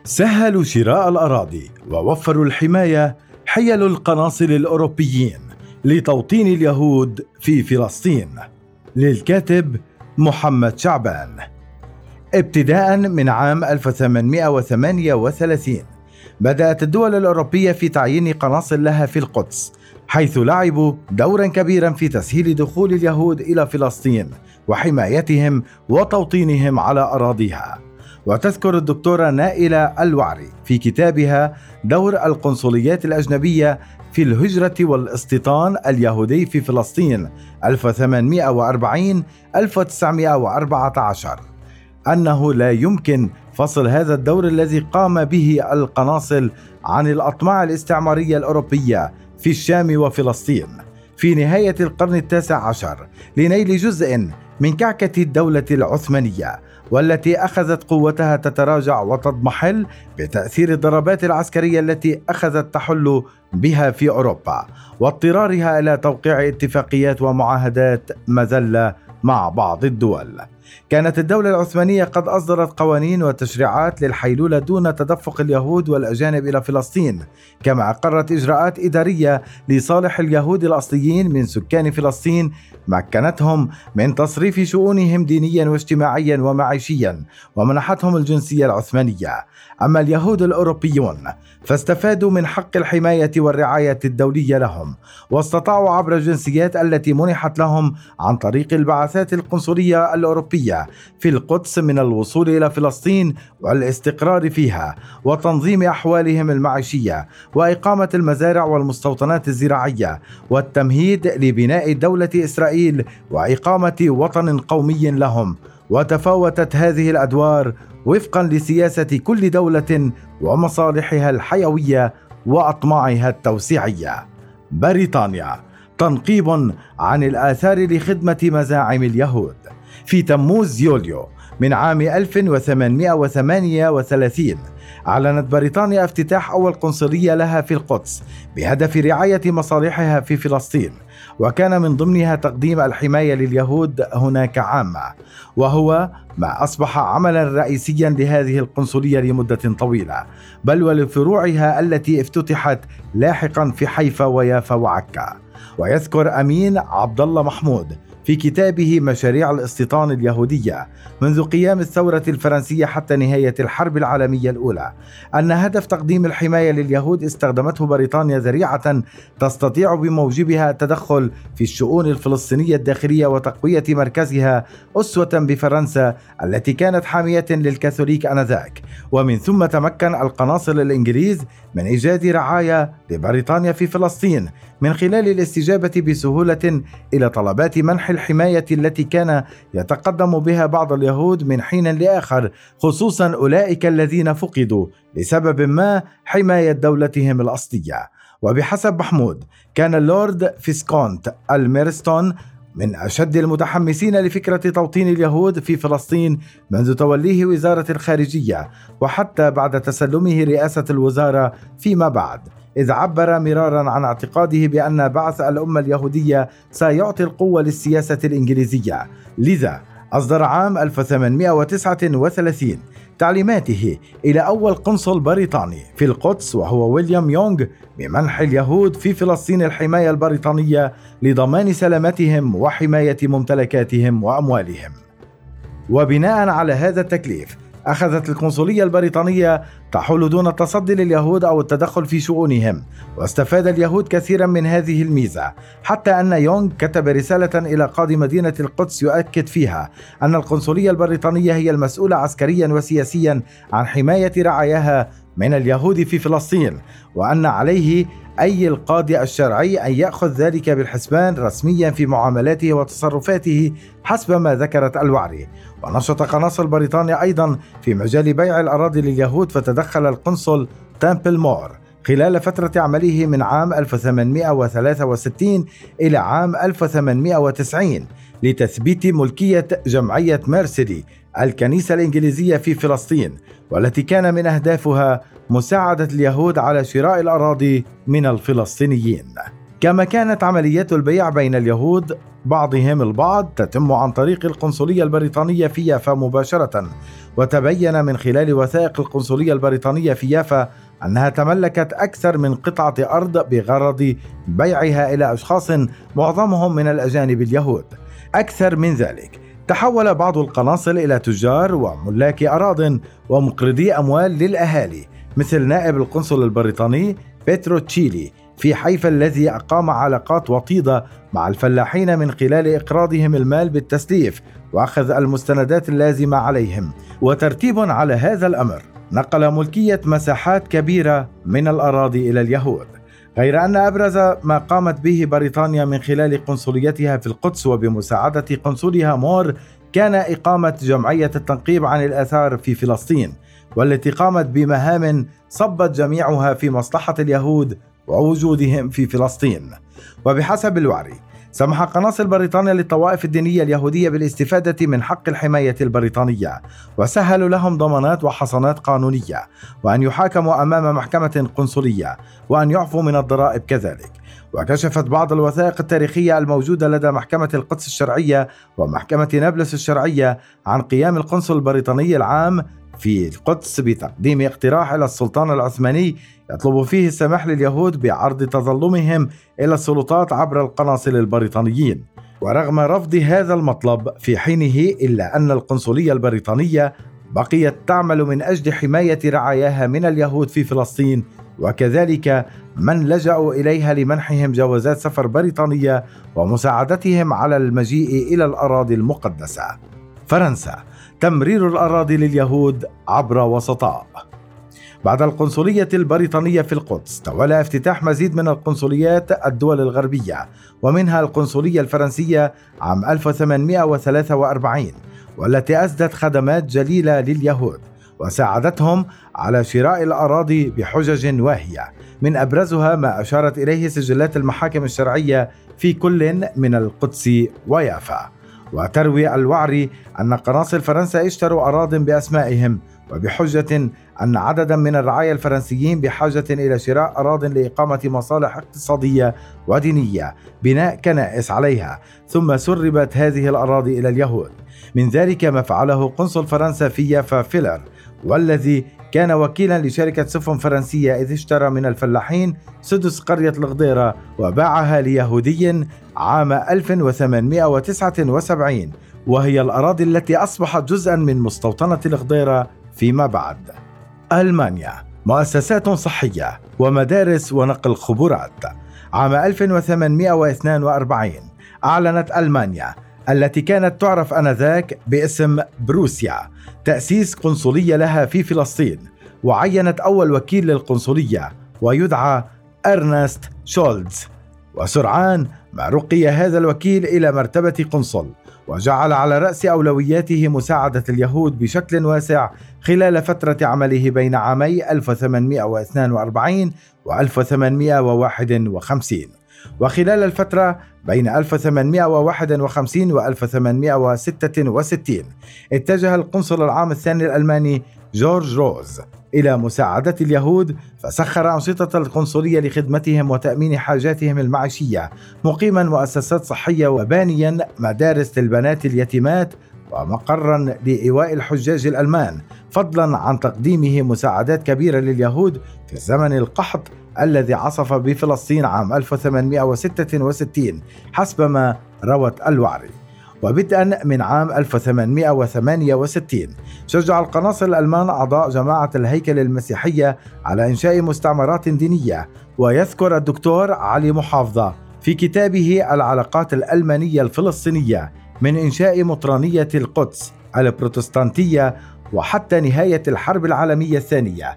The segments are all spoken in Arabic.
سهلوا شراء الأراضي ووفروا الحماية حيل القناصل الأوروبيين لتوطين اليهود في فلسطين. للكاتب محمد شعبان. ابتداء من عام 1838 بدأت الدول الأوروبية في تعيين قناصل لها في القدس، حيث لعبوا دورا كبيرا في تسهيل دخول اليهود إلى فلسطين وحمايتهم وتوطينهم على أراضيها. وتذكر الدكتورة نائلة الوعري في كتابها دور القنصليات الأجنبية في الهجرة والاستيطان اليهودي في فلسطين 1840-1914 أنه لا يمكن فصل هذا الدور الذي قام به القناصل عن الأطماع الاستعمارية الأوروبية في الشام وفلسطين في نهاية القرن التاسع عشر لنيل جزء من كعكة الدولة العثمانية، والتي أخذت قوتها تتراجع وتضمحل بتأثير الضربات العسكرية التي أخذت تحل بها في أوروبا واضطرارها إلى توقيع اتفاقيات ومعاهدات مذلة مع بعض الدول. كانت الدولة العثمانية قد أصدرت قوانين وتشريعات للحيلولة دون تدفق اليهود والأجانب إلى فلسطين، كما أقرت إجراءات إدارية لصالح اليهود الأصليين من سكان فلسطين مكنتهم من تصريف شؤونهم دينيا واجتماعيا ومعيشيا، ومنحتهم الجنسية العثمانية. أما اليهود الأوروبيون فاستفادوا من حق الحماية والرعاية الدولية لهم، واستطاعوا عبر الجنسيات التي منحت لهم عن طريق البعثات القنصلية الأوروبية في القدس من الوصول إلى فلسطين والاستقرار فيها وتنظيم أحوالهم المعيشية وإقامة المزارع والمستوطنات الزراعية والتمهيد لبناء دولة إسرائيل وإقامة وطن قومي لهم. وتفاوتت هذه الأدوار وفقا لسياسة كل دولة ومصالحها الحيوية وأطماعها التوسيعية. بريطانيا. تنقيب عن الآثار لخدمة مزاعم اليهود. في تموز يوليو من عام 1838 أعلنت بريطانيا افتتاح أول قنصلية لها في القدس بهدف رعاية مصالحها في فلسطين، وكان من ضمنها تقديم الحماية لليهود هناك عامة، وهو ما أصبح عملا رئيسيا لهذه القنصلية لمدة طويلة، بل ولفروعها التي افتتحت لاحقا في حيفا ويافا وعكا. ويذكر أمين عبد الله محمود في كتابه مشاريع الاستيطان اليهودية منذ قيام الثورة الفرنسية حتى نهاية الحرب العالمية الأولى أن هدف تقديم الحماية لليهود استخدمته بريطانيا ذريعة تستطيع بموجبها التدخل في الشؤون الفلسطينية الداخلية وتقوية مركزها أسوة بفرنسا التي كانت حامية للكاثوليك آنذاك. ومن ثم تمكن القناصل الإنجليز من إيجاد رعاية لبريطانيا في فلسطين من خلال الاستجابة بسهولة إلى طلبات منح الحماية التي كان يتقدم بها بعض اليهود من حين لآخر، خصوصا أولئك الذين فقدوا لسبب ما حماية دولتهم الأصلية. وبحسب محمود كان اللورد فيسكونت الميرستون من أشد المتحمسين لفكرة توطين اليهود في فلسطين منذ توليه وزارة الخارجية، وحتى بعد تسلمه رئاسة الوزارة فيما بعد، إذ عبر مرارا عن اعتقاده بأن بعث الأمة اليهودية سيعطي القوة للسياسة الإنجليزية. لذا أصدر عام 1839 تعليماته إلى أول قنصل بريطاني في القدس وهو ويليام يونغ بمنح اليهود في فلسطين الحماية البريطانية لضمان سلامتهم وحماية ممتلكاتهم وأموالهم. وبناء على هذا التكليف أخذت القنصلية البريطانية تحول دون التصدي لليهود أو التدخل في شؤونهم، واستفاد اليهود كثيرا من هذه الميزة، حتى أن يونغ كتب رسالة إلى قاضي مدينة القدس يؤكد فيها أن القنصلية البريطانية هي المسؤولة عسكريا وسياسيا عن حماية رعاياها من اليهود في فلسطين، وأن عليه أي القاضي الشرعي أن يأخذ ذلك بالحسبان رسميا في معاملاته وتصرفاته حسب ما ذكرت الوعري. ونشط قناصل بريطانيا أيضا في مجال بيع الأراضي لليهود، فتدخل القنصل تامبل مور خلال فترة عمله من عام 1863 إلى عام 1890 لتثبيت ملكية جمعية ميرسيدي الكنيسة الإنجليزية في فلسطين، والتي كان من أهدافها مساعدة اليهود على شراء الأراضي من الفلسطينيين. كما كانت عمليات البيع بين اليهود بعضهم البعض تتم عن طريق القنصلية البريطانية في يافا مباشرة. وتبين من خلال وثائق القنصلية البريطانية في يافا أنها تملكت أكثر من قطعة أرض بغرض بيعها إلى أشخاص معظمهم من الأجانب اليهود. أكثر من ذلك، تحول بعض القناصل إلى تجار وملاك أراضٍ ومقرضي أموال للأهالي، مثل نائب القنصل البريطاني بيترو تشيلي في حيفا الذي أقام علاقات وطيدة مع الفلاحين من خلال إقراضهم المال بالتسليف وأخذ المستندات اللازمة عليهم. وترتيب على هذا الأمر نقل ملكية مساحات كبيرة من الأراضي إلى اليهود. غير أن أبرز ما قامت به بريطانيا من خلال قنصليتها في القدس وبمساعدة قنصلها مور كان إقامة جمعية التنقيب عن الآثار في فلسطين، والتي قامت بمهام صبت جميعها في مصلحة اليهود ووجودهم في فلسطين. وبحسب الوعري، سمح قناصل بريطانيا للطوائف الدينية اليهودية بالاستفادة من حق الحماية البريطانية، وسهلوا لهم ضمانات وحصانات قانونية، وأن يحاكموا أمام محكمة قنصلية، وأن يعفوا من الضرائب كذلك. وكشفت بعض الوثائق التاريخية الموجودة لدى محكمة القدس الشرعية ومحكمة نابلس الشرعية عن قيام القنصل البريطاني العام في القدس بتقديم اقتراح إلى السلطان العثماني يطلب فيه السماح لليهود بعرض تظلمهم إلى السلطات عبر القناصل البريطانيين. ورغم رفض هذا المطلب في حينه، إلا أن القنصلية البريطانية بقيت تعمل من أجل حماية رعاياها من اليهود في فلسطين، وكذلك من لجأوا إليها لمنحهم جوازات سفر بريطانية ومساعدتهم على المجيء إلى الأراضي المقدسة. فرنسا، تمرير الأراضي لليهود عبر وسطاء. بعد القنصلية البريطانية في القدس، تولى افتتاح مزيد من القنصليات الدول الغربية، ومنها القنصلية الفرنسية عام 1843، والتي أسدت خدمات جليلة لليهود وساعدتهم على شراء الأراضي بحجج واهية، من أبرزها ما أشارت إليه سجلات المحاكم الشرعية في كل من القدس ويافا. وتروي الوعري أن قناصل فرنسا اشتروا أراضٍ بأسمائهم، وبحجة أن عددا من الرعايا الفرنسيين بحاجة إلى شراء أراضٍ لإقامة مصالح اقتصادية ودينية بناء كنائس عليها، ثم سربت هذه الأراضي إلى اليهود. من ذلك ما فعله قنصل فرنسا في يافا فيلر، والذي كان وكيلا لشركة سفن فرنسية، إذ اشترى من الفلاحين سدس قرية الغديرة وباعها ليهودي عام 1879، وهي الأراضي التي أصبحت جزءا من مستوطنة الغديرة فيما بعد. ألمانيا، مؤسسات صحية ومدارس ونقل خبرات. عام 1842 أعلنت ألمانيا، التي كانت تعرف آنذاك باسم بروسيا، تأسيس قنصلية لها في فلسطين، وعينت أول وكيل للقنصلية ويدعى أرنست شولتز. وسرعان ما رقي هذا الوكيل إلى مرتبة قنصل، وجعل على رأس أولوياته مساعدة اليهود بشكل واسع خلال فترة عمله بين عامي 1842 و 1851. وخلال الفترة بين 1851 و 1866 اتجه القنصل العام الثاني الألماني جورج روز إلى مساعدة اليهود، فسخر أنشطة القنصلية لخدمتهم وتأمين حاجاتهم المعيشية، مقيما مؤسسات صحية وبانيا مدارس للبنات اليتيمات ومقرا لإيواء الحجاج الألمان، فضلا عن تقديمه مساعدات كبيرة لليهود في زمن القحط الذي عصف بفلسطين عام 1866 حسب ما روت الوعري. وبدءا من عام 1868 شجع القناصل الألمان أعضاء جماعة الهيكل المسيحية على إنشاء مستعمرات دينية. ويذكر الدكتور علي محافظة في كتابه العلاقات الألمانية الفلسطينية من إنشاء مطرانية القدس البروتستانتية وحتى نهاية الحرب العالمية الثانية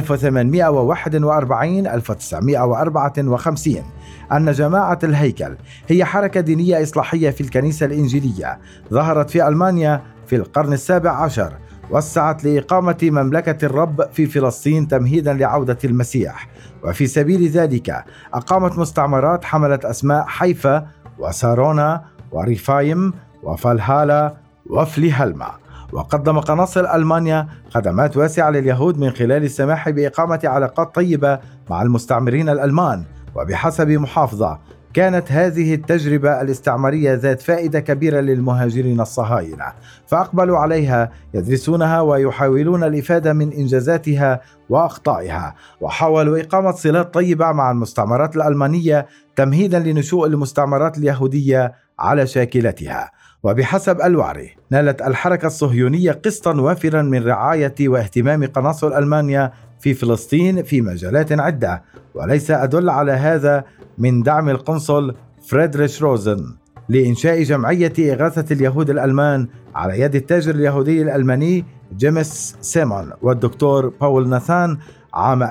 1841-1954 أن جماعة الهيكل هي حركة دينية إصلاحية في الكنيسة الإنجيلية ظهرت في ألمانيا في القرن السابع عشر، وسعت لإقامة مملكة الرب في فلسطين تمهيدا لعودة المسيح. وفي سبيل ذلك أقامت مستعمرات حملت أسماء حيفا وسارونا وريفايم وفالهالا وفليهلما. وقدم قناصل ألمانيا خدمات واسعة لليهود من خلال السماح بإقامة علاقات طيبة مع المستعمرين الألمان. وبحسب محافظة كانت هذه التجربة الاستعمارية ذات فائدة كبيرة للمهاجرين الصهاينة، فأقبلوا عليها يدرسونها ويحاولون الإفادة من إنجازاتها وأخطائها، وحاولوا إقامة صلات طيبة مع المستعمرات الألمانية تمهيدا لنشوء المستعمرات اليهودية على شاكلتها. وبحسب الوعري نالت الحركة الصهيونية قسطا وافرا من رعاية واهتمام قناصل ألمانيا في فلسطين في مجالات عدة، وليس أدل على هذا من دعم القنصل فريدريش روزن لإنشاء جمعية إغاثة اليهود الألمان على يد التاجر اليهودي الألماني جيمس سيمون والدكتور باول ناثان عام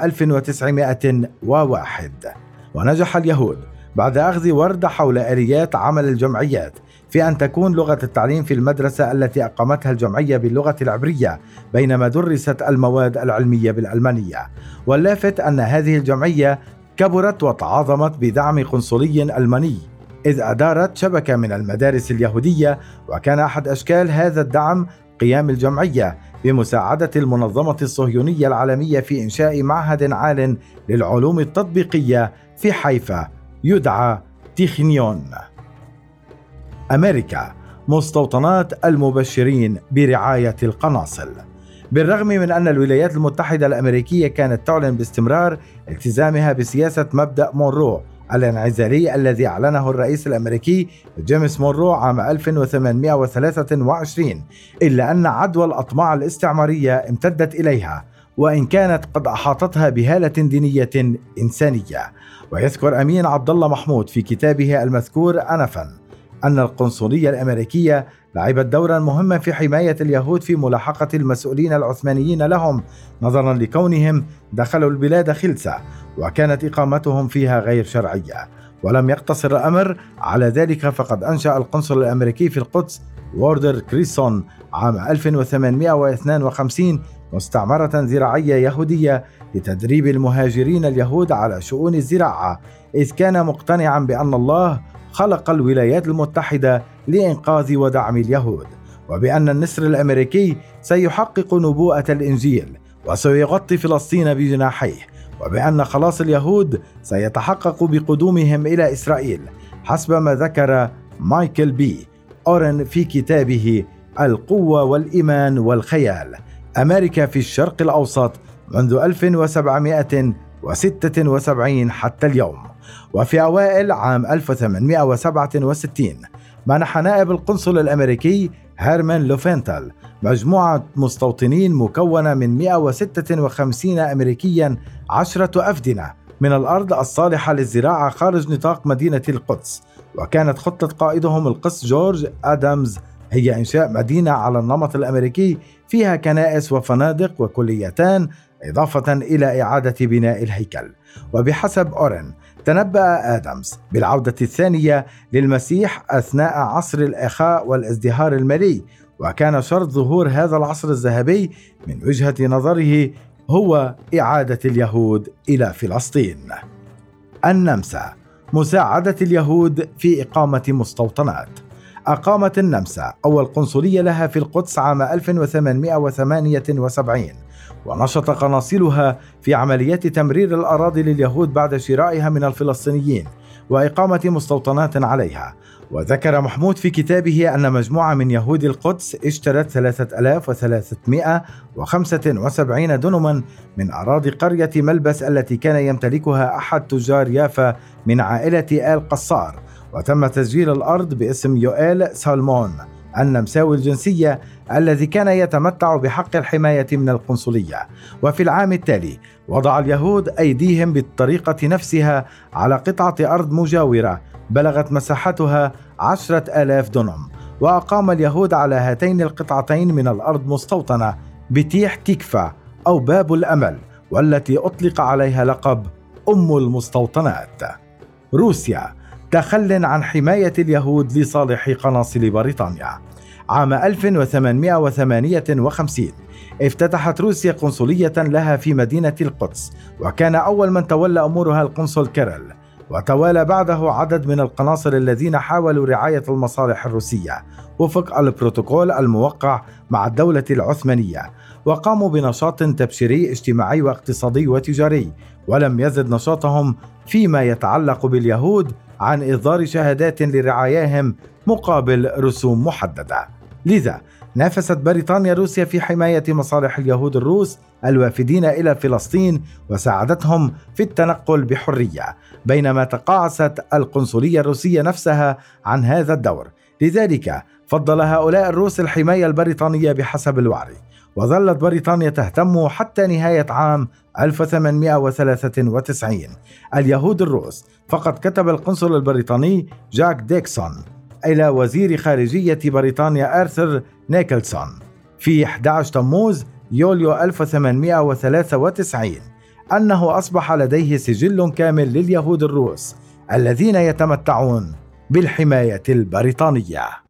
1901. ونجح اليهود بعد أخذ وردة حول آليات عمل الجمعيات في أن تكون لغة التعليم في المدرسة التي أقامتها الجمعية باللغة العبرية بينما درست المواد العلمية بالألمانية. واللافت أن هذه الجمعية كبرت وتعاظمت بدعم قنصلي ألماني، إذ أدارت شبكة من المدارس اليهودية، وكان أحد أشكال هذا الدعم قيام الجمعية بمساعدة المنظمة الصهيونية العالمية في إنشاء معهد عال للعلوم التطبيقية في حيفا يدعى تيخنيون. أمريكا، مستوطنات المبشرين برعاية القناصل. بالرغم من أن الولايات المتحدة الأمريكية كانت تعلن باستمرار التزامها بسياسة مبدأ مونرو الانعزالي الذي أعلنه الرئيس الأمريكي جيمس مونرو عام 1823، إلا أن عدوى الأطماع الاستعمارية امتدت إليها، وإن كانت قد أحاطتها بهالة دينية إنسانية. ويذكر أمين عبد الله محمود في كتابه المذكور أنفا أن القنصلية الأمريكية لعبت دورا مهما في حماية اليهود في ملاحقة المسؤولين العثمانيين لهم، نظرا لكونهم دخلوا البلاد خلسة وكانت إقامتهم فيها غير شرعية. ولم يقتصر الأمر على ذلك، فقد أنشأ القنصل الأمريكي في القدس ووردر كريسون عام 1852 مستعمرة زراعية يهودية لتدريب المهاجرين اليهود على شؤون الزراعة، إذ كان مقتنعا بأن الله خلق الولايات المتحدة لإنقاذ ودعم اليهود، وبأن النسر الأمريكي سيحقق نبوءة الإنجيل وسيغطي فلسطين بجناحيه، وبأن خلاص اليهود سيتحقق بقدومهم إلى إسرائيل، حسب ما ذكر مايكل بي أورن في كتابه القوة والإيمان والخيال: أمريكا في الشرق الأوسط منذ 1776 حتى اليوم. وفي أوائل عام 1867 منح نائب القنصل الأمريكي هيرمان لوفنتال مجموعة مستوطنين مكونة من 156 أمريكيا 10 أفدنة من الأرض الصالحة للزراعة خارج نطاق مدينة القدس. وكانت خطة قائدهم القس جورج آدامز هي إنشاء مدينة على النمط الأمريكي فيها كنائس وفنادق وكليتان، إضافة إلى إعادة بناء الهيكل. وبحسب أورن تنبأ آدامز بالعودة الثانية للمسيح أثناء عصر الإخاء والازدهار المالي، وكان شرط ظهور هذا العصر الذهبي من وجهة نظره هو إعادة اليهود إلى فلسطين. النمسا، مساعدة اليهود في إقامة مستوطنات. أقامت النمسا أول قنصلية لها في القدس عام 1878، ونشط قناصلها في عمليات تمرير الأراضي لليهود بعد شرائها من الفلسطينيين وإقامة مستوطنات عليها. وذكر محمود في كتابه أن مجموعة من يهود القدس اشترت 3375 دنما من أراضي قرية ملبس التي كان يمتلكها أحد تجار يافا من عائلة آل قصار، وتم تسجيل الأرض باسم يوئيل سالمون النمساوي الجنسية الذي كان يتمتع بحق الحماية من القنصلية. وفي العام التالي وضع اليهود أيديهم بالطريقة نفسها على قطعة أرض مجاورة بلغت مساحتها 10,000 دنم، وأقام اليهود على هاتين القطعتين من الأرض مستوطنة بتيح تكفى أو باب الأمل، والتي أطلق عليها لقب أم المستوطنات. روسيا، تخل عن حماية اليهود لصالح قناصل بريطانيا. عام 1858 افتتحت روسيا قنصلية لها في مدينة القدس، وكان أول من تولى أمورها القنصل كيرل، وتوالى بعده عدد من القناصل الذين حاولوا رعاية المصالح الروسية وفق البروتوكول الموقع مع الدولة العثمانية، وقاموا بنشاط تبشيري اجتماعي واقتصادي وتجاري، ولم يزد نشاطهم فيما يتعلق باليهود عن إصدار شهادات لرعاياهم مقابل رسوم محددة. لذا نافست بريطانيا روسيا في حماية مصالح اليهود الروس الوافدين إلى فلسطين وساعدتهم في التنقل بحرية، بينما تقاعست القنصلية الروسية نفسها عن هذا الدور. لذلك فضل هؤلاء الروس الحماية البريطانية بحسب الوعي، وظلت بريطانيا تهتم حتى نهاية عام 1893 اليهود الروس. فقد كتب القنصل البريطاني جاك ديكسون إلى وزير خارجية بريطانيا آرثر نيكلسون في 11 تموز يوليو 1893 أنه أصبح لديه سجل كامل لليهود الروس الذين يتمتعون بالحماية البريطانية.